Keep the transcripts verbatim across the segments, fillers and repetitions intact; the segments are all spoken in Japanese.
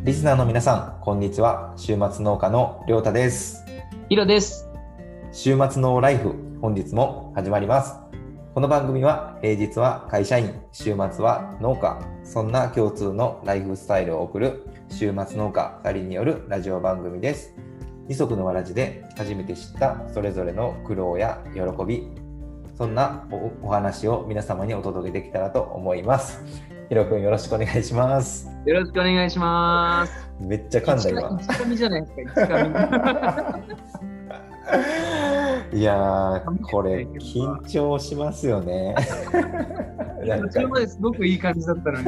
リスナーの皆さん、こんにちは。週末農家のりょうたです。 ひろです。 週末のライフ、本日も始まります。この番組は平日は会社員、週末は農家、そんな共通のライフスタイルを送る週末農家ふたりによるラジオ番組です。二足のわらじで初めて知ったそれぞれの苦労や喜び、そんな お, お話を皆様にお届けできたらと思います。ひろくん、よろしくお願いします。 よろしくお願いします。 めっちゃ噛んだ今。 一噛みじゃないですか、一噛み。いやー、これ緊張しますよね。 途中まですごくいい感じだったのに。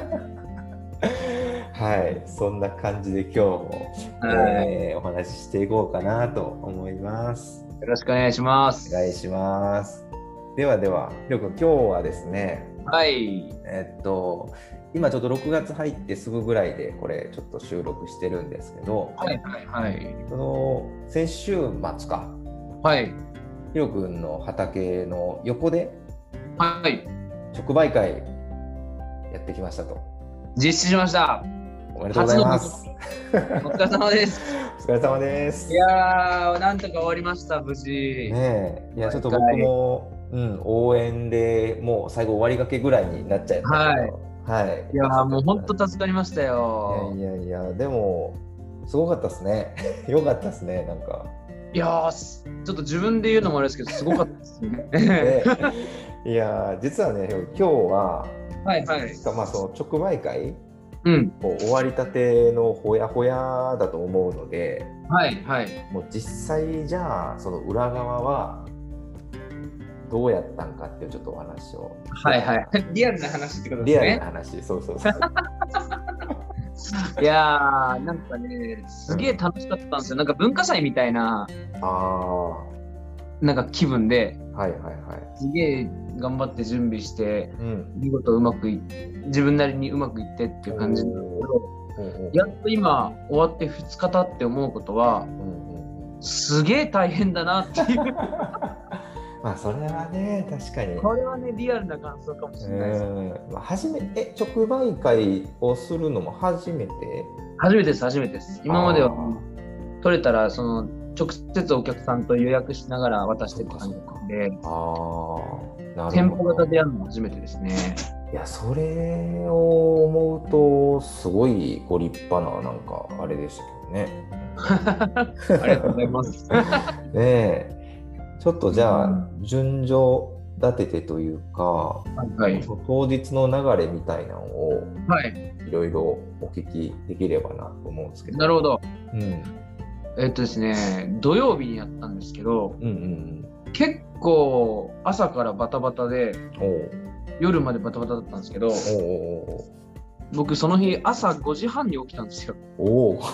はい、そんな感じで今日も、えー、お話ししていこうかなと思います。 よろしくお願いします。 お願いします。ではでは、ひろくん、今日はですね、 はい。 えっと、今ちょっとろくがつ入ってすぐぐらいでこれちょっと収録してるんですけど、 はいはいはい。 その先週末か、 はい。 ひろくんの畑の横で、 はい。 直売会やってきましたと。 実施しました。 おめでとうございます。 お疲れ様です。 お疲れ様です。 いやー、なんとか終わりました、無事。 ねえ、いや、ちょっと僕も、うん、応援でもう最後終わりがけぐらいになっちゃいましたけど、はい。はい、 いやー、もう本当助かりましたよ。 いやいやいや、でも、すごかったですね。よかったですね、なんか。 いやー、ちょっと自分で言うのもあれですけど、すごかったですね。 ねいやー、実はね、今日は、 はいはい。 まあ、その直売会、 うん、 こう終わりたてのほやほやだと思うので、 はいはい。 もう実際じゃあその裏側はどうやったんかっていうちょっとお話を。 はいはい。リアルな話ってことですね。 リアルな話、そうそうそう。 いやー、なんかね、すげえ楽しかったんですよ。なんか文化祭みたいな、 あなんか気分で、 はいはいはい。 すげえ頑張って準備して、 うん、 見事うまくい自分なりにうまくいってっていう感じなんですけど、やっと今終わってふつか経って思うことは、うんうん、すげえ大変だなっていう。 まあそれはね、確かに。 これはね、リアルな感想かもしれないです。 まあ、初めて、直売会をするのも初めて？ 初めてです、初めてです。今までは取れたら、その、直接お客さんと予約しながら渡してって感じだったんで、あ店舗型でやるのも初めてですね。 いや、それを思うと、すごいご立派な、なんか、あれでしたけどね。 ありがとうございます。 ねえ。ちょっとじゃあ、順序立ててというか、はいはい、当日の流れみたいなのを、はい、いろいろお聞きできればなと思うんですけど。 なるほど。 うん、 えっとですね、土曜日にやったんですけど、 うんうんうん、 結構朝からバタバタで、夜までバタバタだったんですけど、お僕その日朝ごじはんに起きたんですよ。 おお、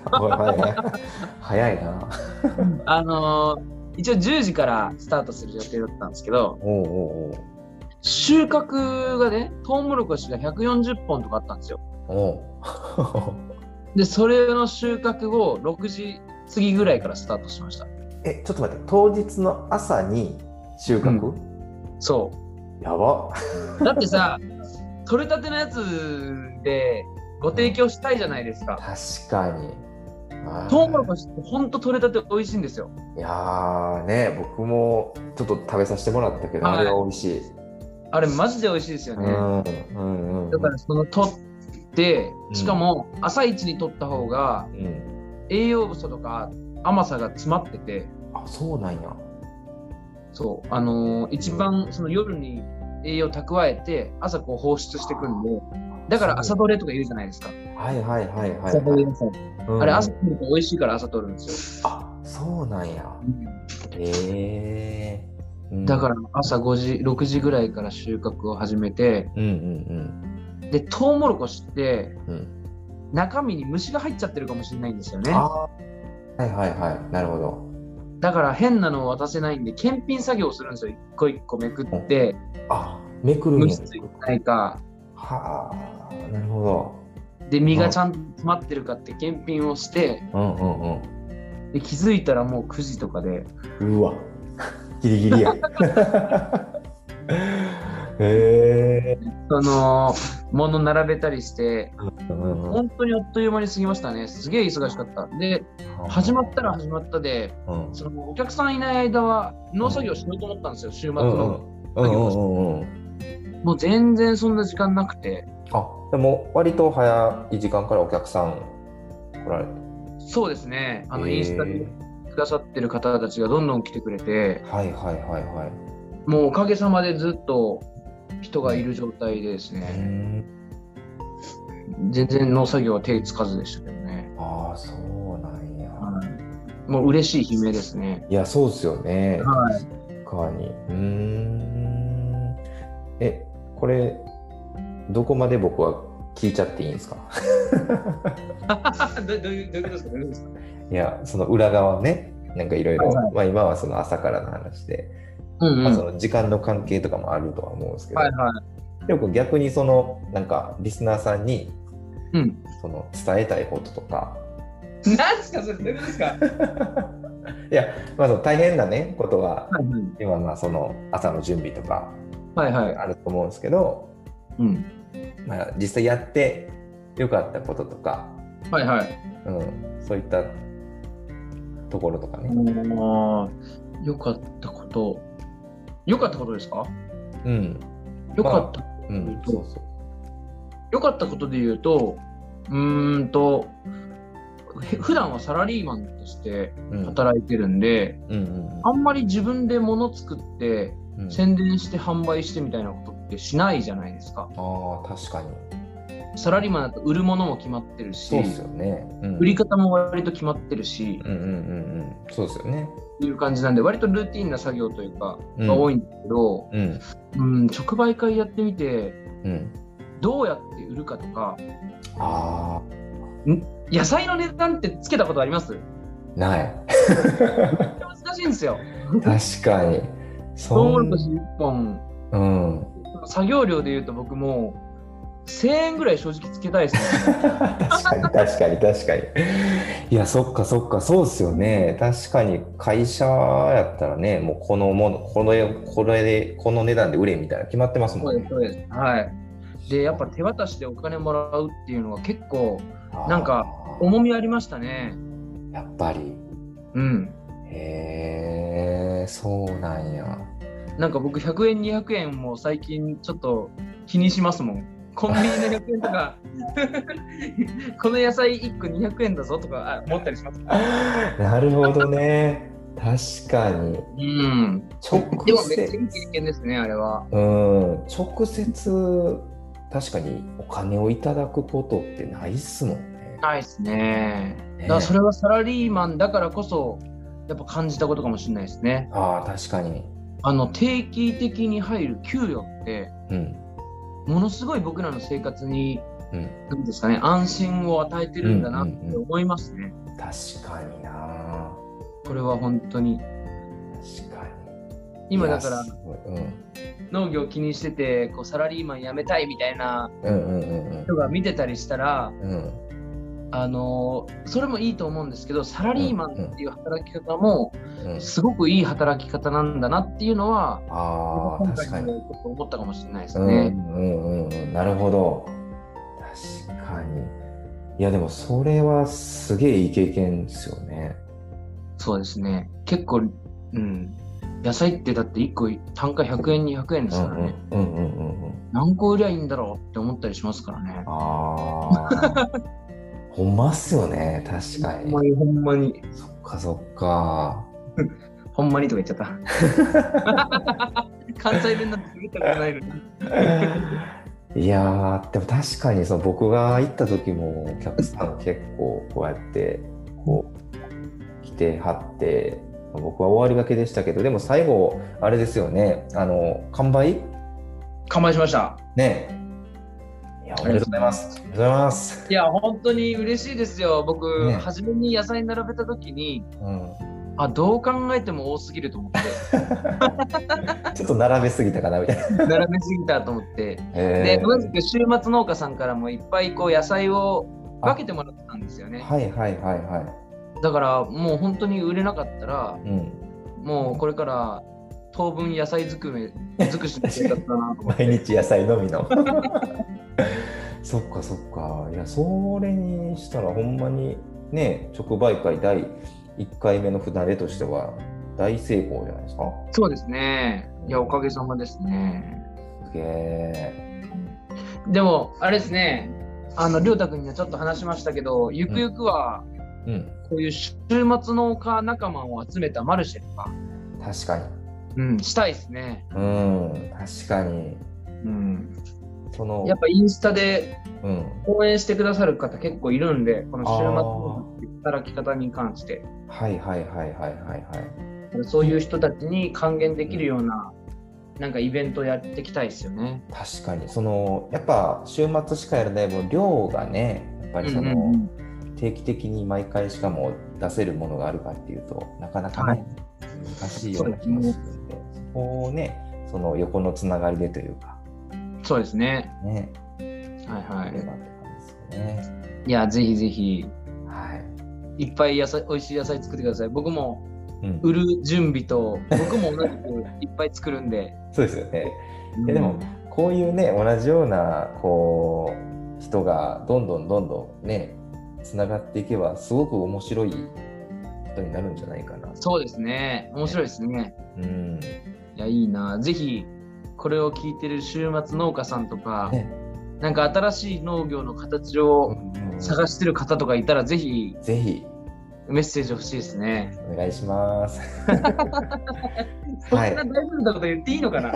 早いな。 あのー、一応じゅうじからスタートする予定だったんですけど、おうおうおう、収穫がね、トウモロコシがひゃくよんじゅっぽんとかあったんですよ。おで、それの収穫をろくじ過ぎぐらいからスタートしました。 え、ちょっと待って、当日の朝に収穫？うん、 そう。 やば。 だってさ、取れたてのやつでご提供したいじゃないですか。 確かに。 トウモロコシってほんと取れたて美味しいんですよ。 いやーね、僕もちょっと食べさせてもらったけど、はい、あれは美味しい。 あれマジで美味しいですよね。 うんうんうん、 だからその取ってしかも朝一に取った方が栄養素とか甘さが詰まってて、 うん、あ、そうなんや。 そうあのー、一番その夜に栄養蓄えて朝こう放出してくるんで、だから朝どれとか言うじゃないですか。 はいはいはいはい、はい、 朝どれ野菜、うん、あれ朝取ると美味しいから朝取るんですよ。 あ、そうなんや。うん、えーうん、だから朝ごじろくじぐらいから収穫を始めて、うんうんうん、でトウモロコシって、うん、中身に虫が入っちゃってるかもしれないんですよね。 あ、はいはいはい、なるほど。 だから変なのを渡せないんで検品作業をするんですよ。一個一個めくって、うん、 あ、めくるん虫ついてないか、 はあ、なるほど。 で実がちゃんと詰まってるかって検品をして、うんうんうん、で気づいたらもうくじとかで、 うわ、ギリギリや。へへえ。 その物並べたりして、 うんうん、 本当にあっという間に過ぎましたね。すげえ忙しかった。で、始まったら始まったで、うん、そのお客さんいない間は農作業しようと思ったんですよ、週末の作業を。もう全然そんな時間なくて。 あ、でも割と早い時間からお客さん来られて。 そうですね。あのインスタでくださってる方たちがどんどん来てくれて、 はいはいはいはい。 もうおかげさまでずっと人がいる状態でですね。全然農作業は手つかずでしたけどね。 ああ、そうなんや。 はい、もう嬉しい悲鳴ですね。 いや、そうですよね。 はい。 確かに。うーん。え、これ、どこまで僕は聞いちゃっていいんですか？ ど, ど, ういうどういうことですか？どういうことですか？ いや、その裏側ね、なんかいろいろ、まあ今はその朝からの話で、 うんうん、 まあ、その時間の関係とかもあるとは思うんですけど、 はいはい、 でも逆にそのなんかリスナーさんに、 うん、 その伝えたいこととか。 何ですかそれ？どういうことですか？ いや、まあ、その大変なねことは、 はいはい、 今まあその朝の準備とかはいはい、 あると思うんですけど、 うん、 まあ、実際やってよかったこととか、 はいはい、 うん、そういったところとかね。 あ、よかったこと、よかったことですか？ うん。 よかったことで言うと、まあ、うん、そうそう。よかったことで言うと、うーんと、普段はサラリーマンとして働いてるんで、うんうんうんうん、あんまり自分で物作って、うん、宣伝して販売してみたいなことってしないじゃないですか。 ああ、確かに。 サラリーマンだと売るものも決まってるし、 そうですよね、うん、 売り方も割と決まってるし、 うんうんうんうん、そうですよね。 っていう感じなんで、割とルーティンな作業というか、が多いんだけど、うんうん、直売会やってみて、うん、どうやって売るかとか、あ野菜の値段ってつけたことあります？ ない。 難しいんですよ。 確かに。 トウモロコシいっぽん、うん、作業量でいうと僕もせんえんぐらい正直つけたいですね。 確かに確かに確かに。いや、そっかそっか、そうですよね。確かに会社やったらね、もうこのもの、これ、これで、この値段で売れみたいな決まってますもんね。 そうです、そうです。はい。で、やっぱ手渡しでお金もらうっていうのは結構、なんか重みありましたね。 やっぱり。 うん。 へえ、そうなんや。 なんか僕ひゃくえんにひゃくえんも最近ちょっと気にしますもん。コンビニのひゃくえんとかこの野菜いっこにひゃくえんだぞとか思ったりします。 なるほどね。確かに。 うん。直接。でもめっちゃいい経験ですね、あれは。 うん。直接確かにお金をいただくことってないっすもんね。 ないっすね。だからそれはサラリーマンだからこそやっぱ感じたことかもしれないですね。 ああ、確かに。 あの定期的に入る給料って、うん、ものすごい僕らの生活に、うん、なんですかね、安心を与えてるんだなって思いますね。 うんうんうん、確かにな。 これは本当に。 確かに。 今だから、うん、農業気にしててこうサラリーマン辞めたいみたいな人が見てたりしたら、うんうんうん、あのそれもいいと思うんですけど、サラリーマンっていう働き方もすごくいい働き方なんだなっていうのは、うん、あ今回のちょっと思ったかもしれないですね。 うんうんうん、なるほど。確かに。いやでもそれはすげえいい経験ですよね。 そうですね。結構、うん。野菜ってだっていっこ単価ひゃくえんにひゃくえんですからね。何個売りゃいいんだろうって思ったりしますからね。 ああ。ほんまっすよね、確かに。 ほんまにほんまに。 そっかそっか。 ほんまにとか言っちゃった。関西弁なんて言ったことないのに。 いやー、でも確かにその僕が行った時もお客さん結構こうやってこう来てはって、僕は終わりがけでしたけど、でも最後あれですよね、あの完売完売しましたね。いや、おめでとうございます。ありがとうございます。いや、本当に嬉しいですよ。僕、ね、初めに野菜並べた時に、うん、あ、どう考えても多すぎると思ってちょっと並べすぎたかなみたいな。 並べすぎたと思って、で同じく週末農家さんからもいっぱいこう野菜を分けてもらってたんですよね。 はいはいはいはい。 だからもう本当に売れなかったら、うん、もうこれから当分野菜尽くめ尽くしの生活だなと思って。 毎日野菜のみの。そっかそっか。いや、それにしたらほんまにね、直売会だいいっかいめの船出としては大成功じゃないですか。 そうですね。いや、おかげさまですね。 すげえ。 でも、あれですね、あの、りょうたくんにはちょっと話しましたけど、ゆくゆくは、うん、こういう週末農家仲間を集めたマルシェとか。 確かに。 うん、したいですね。 うん、確かに。 うん。そのやっぱインスタで応援してくださる方結構いるんで、この週末の働き方に関して。 はいはいはいはいはいはい。 そういう人たちに還元できるような、なんかイベントをやっていきたいですよね。 確かに。そのやっぱ週末しかやらない分量がね、やっぱりその、うんうんうん、定期的に毎回しかも出せるものがあるかっていうとなかなか、ね、はい、難しいような気がするので、そこをね、その横のつながりでというか。 そうですね。 ね、 はいはい。 い, ねいや、ぜひぜひ、 はい、 いっぱい野菜、美味しい野菜作ってください。僕も売る準備と、うん、僕も同じくいっぱい作るんで。 そうですよね。うん、でもこういうね、同じようなこう人がどんどんどんどんね、つながっていけばすごく面白いことになるんじゃないかな。 そうですね。面白いですね。うん。いや、いいな。ぜひこれを聞いてる週末農家さんとか、ね、なんか新しい農業の形を探してる方とかいたら、ぜひぜひメッセージ欲しいですね。 お願いします。 そんな大丈夫なこと言っていいのかな。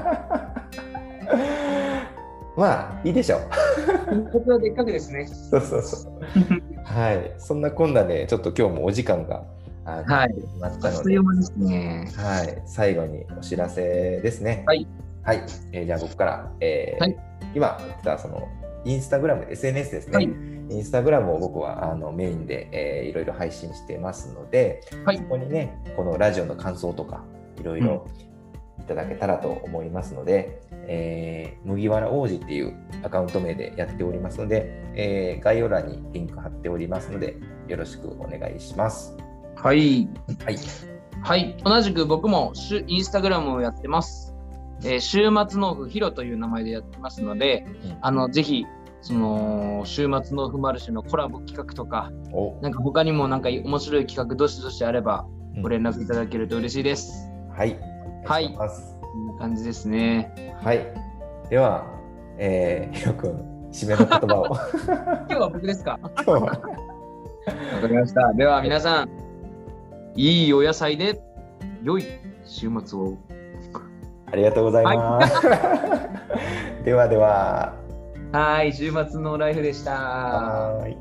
まあいいでしょう。 ここはでっかくですね。 そうそうそう。はい。そんなこんなでちょっと今日もお時間があの、はい、なったので、 ですね。 はい。最後にお知らせですね。 はい。 はい。えー、じゃあ僕から、えーはい、今言ってたそのインスタグラム、エスエヌエス ですね。はい、インスタグラムを僕はあのメインで、えー、いろいろ配信してますので、はい、そこにね、このラジオの感想とかいろいろいただけたらと思いますので、うん、えー、麦わら王子っていうアカウント名でやっておりますので、えー、概要欄にリンク貼っておりますので、よろしくお願いします。 はい。 はい。 はい。同じく僕もインスタグラムをやってます。えー、週末農夫ヒロという名前でやってますので、うん、あのぜひその週末農夫マルシェのコラボ企画とか、なんか他にもなんか面白い企画どしどしあればご連絡いただけると嬉しいです。 うん、はい。 はい。こんな感じですね。 はい。では、えー、ヒロ君、締めの言葉を。 今日は僕ですか。今日は。わかりました。では皆さん、いいお野菜で良い週末を。 ありがとうございます。はい、ではでは。 はい、週末のライフでした。 はい。